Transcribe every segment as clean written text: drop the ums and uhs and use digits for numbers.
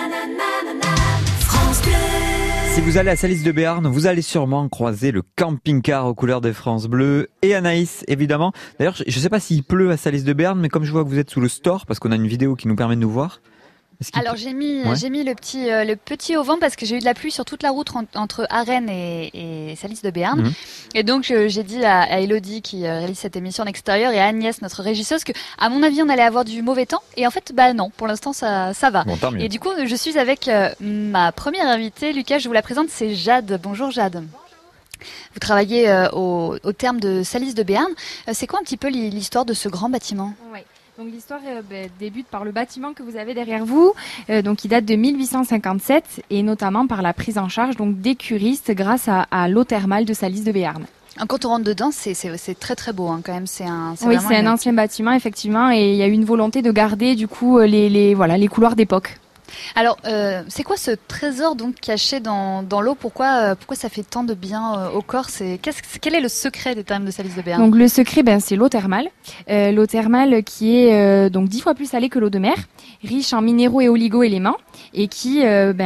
France Bleu. Si vous allez à Salis de Béarn, vous allez sûrement croiser le camping-car aux couleurs de France Bleu et Anaïs, évidemment. D'ailleurs, je ne sais pas s'il pleut à Salis de Béarn, mais comme je vois que vous êtes sous le store, parce qu'on a une vidéo qui nous permet de nous voir. Alors j'ai mis le petit auvent parce que j'ai eu de la pluie sur toute la route entre Arennes et Salis de Béarn. Et donc j'ai dit à Elodie qui réalise cette émission en extérieur et à Agnès, notre régisseuse, que à mon avis on allait avoir du mauvais temps. Et en fait non, pour l'instant ça va. Bon, tant mieux. Et du coup je suis avec ma première invitée, Lucas, je vous la présente, c'est Jade. Bonjour Jade. Vous travaillez au terme de Salis de Béarn. C'est quoi un petit peu l'histoire de ce grand bâtiment ? Oui. Donc l'histoire débute par le bâtiment que vous avez derrière vous, donc qui date de 1857 et notamment par la prise en charge donc des curistes grâce à l'eau thermale de Salis de Béarn. Quand on rentre dedans, c'est très très beau quand même. C'est un ancien bâtiment effectivement et il y a eu une volonté de garder du coup les couloirs d'époque. Alors, c'est quoi ce trésor donc caché dans l'eau ? Pourquoi ça fait tant de bien au corps ? Quel est le secret des thermes de Salis de Béarn ? Donc le secret, c'est l'eau thermale. L'eau thermale qui est donc 10 fois plus salée que l'eau de mer, riche en minéraux et oligo-éléments, et qui,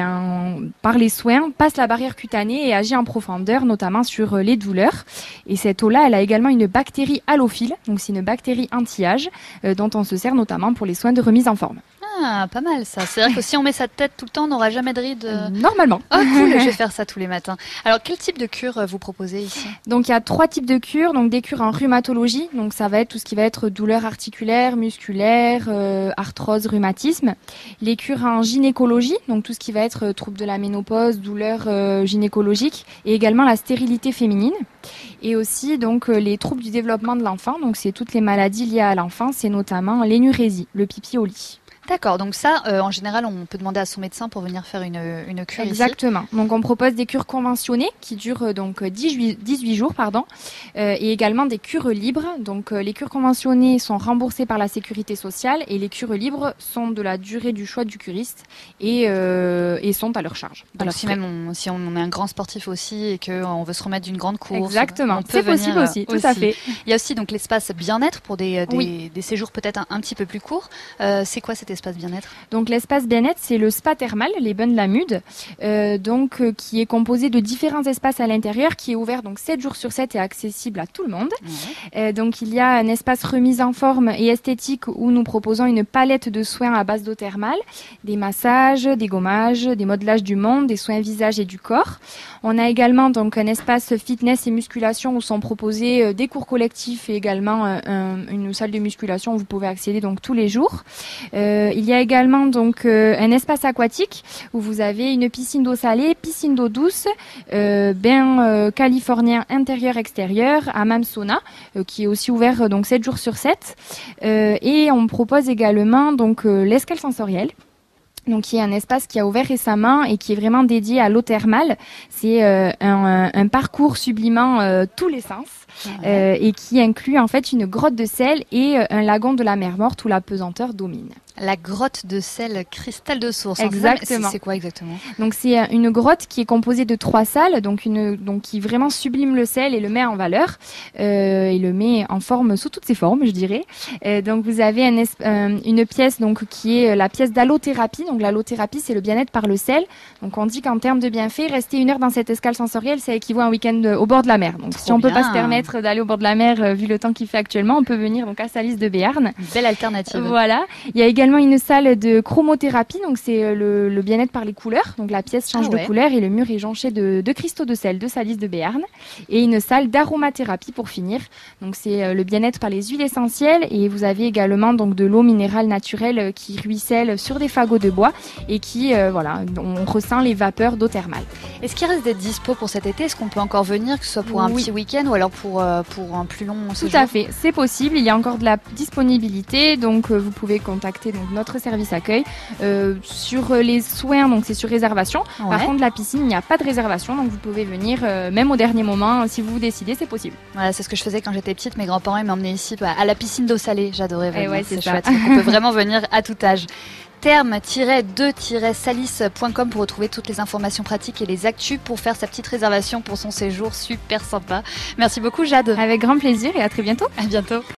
par les soins, passe la barrière cutanée et agit en profondeur, notamment sur les douleurs. Et cette eau-là, elle a également une bactérie halophile, donc c'est une bactérie anti-âge, dont on se sert notamment pour les soins de remise en forme. Ah, pas mal ça. C'est-à-dire que si on met sa tête tout le temps, on n'aura jamais de rides. Normalement. Oh cool, je vais faire ça tous les matins. Alors, quel type de cure vous proposez ici ? Donc, il y a 3 types de cures. Donc, des cures en rhumatologie. Donc, ça va être tout ce qui va être douleur articulaire, musculaire, arthrose, rhumatisme. Les cures en gynécologie. Donc, tout ce qui va être trouble de la ménopause, douleur gynécologique. Et également la stérilité féminine. Et aussi, donc, les troubles du développement de l'enfant. Donc, c'est toutes les maladies liées à l'enfance et notamment l'énurésie, le pipi au lit. D'accord, donc ça, en général, on peut demander à son médecin pour venir faire une cure. Exactement. Ici. Donc, on propose des cures conventionnées qui durent donc 18 jours, et également des cures libres. Donc, les cures conventionnées sont remboursées par la sécurité sociale et les cures libres sont de la durée du choix du curiste et sont à leur charge. Donc, si on est un grand sportif aussi et qu'on veut se remettre d'une grande course, exactement. On peut possible aussi, tout à fait. Il y a aussi donc l'espace bien-être pour des séjours peut-être un petit peu plus courts. C'est quoi cet espace bien-être ? Donc l'espace bien-être, c'est le spa thermal, les Bains de la Mude, qui est composé de différents espaces à l'intérieur, qui est ouvert donc 7 jours sur 7 et accessible à tout le monde. Donc il y a un espace remise en forme et esthétique où nous proposons une palette de soins à base d'eau thermale, des massages, des gommages, des modelages du monde, des soins visage et du corps. On a également donc un espace fitness et musculation où sont proposés des cours collectifs et également une salle de musculation où vous pouvez accéder donc tous les jours. Il y a également donc un espace aquatique où vous avez une piscine d'eau salée, piscine d'eau douce, bain californien intérieur-extérieur, hammam sauna qui est aussi ouvert donc 7 jours sur 7. Et on propose également donc l'escale sensorielle. Donc, qui est un espace qui a ouvert récemment et qui est vraiment dédié à l'eau thermale. C'est un parcours sublimant tous les sens et qui inclut en fait une grotte de sel et un lagon de la mer Morte où la pesanteur domine. La grotte de sel cristal de source. Exactement. C'est quoi exactement ? Donc c'est une grotte qui est composée de 3 salles, donc qui vraiment sublime le sel et le met en valeur et le met en forme sous toutes ses formes, je dirais. Donc vous avez une pièce donc qui est la pièce d'allothérapie. Donc l'allothérapie, c'est le bien-être par le sel. Donc on dit qu'en termes de bienfaits, rester 1 heure dans cette escale sensorielle, ça équivaut à un week-end au bord de la mer. Donc si on peut pas se permettre d'aller au bord de la mer vu le temps qu'il fait actuellement, on peut venir donc à Salis de Béarn. Une belle alternative. Voilà. Il y a également une salle de chromothérapie, donc c'est le bien-être par les couleurs. Donc la pièce change de couleur et le mur est jonché de cristaux de sel de Salis de Béarn. Et une salle d'aromathérapie pour finir. Donc c'est le bien-être par les huiles essentielles et vous avez également donc de l'eau minérale naturelle qui ruisselle sur des fagots de bois et qui on ressent les vapeurs d'eau thermale. Est-ce qu'il reste des dispos pour cet été ? Est-ce qu'on peut encore venir, que ce soit pour un petit week-end ou alors pour un plus long séjour ? Tout à fait, c'est possible. Il y a encore de la disponibilité, donc vous pouvez contacter donc notre service accueil. Sur les soins, donc c'est sur réservation. Ouais. Par contre, la piscine, il n'y a pas de réservation, donc vous pouvez venir même au dernier moment. Si vous vous décidez, c'est possible. Voilà, c'est ce que je faisais quand j'étais petite. Mes grands-parents m'emmenaient ici à la piscine d'eau salée. J'adorais venir. C'est chouette. On peut vraiment venir à tout âge. Terme-2-salis.com pour retrouver toutes les informations pratiques et les actus pour faire sa petite réservation pour son séjour super sympa. Merci beaucoup Jade. Avec grand plaisir et à très bientôt. À bientôt.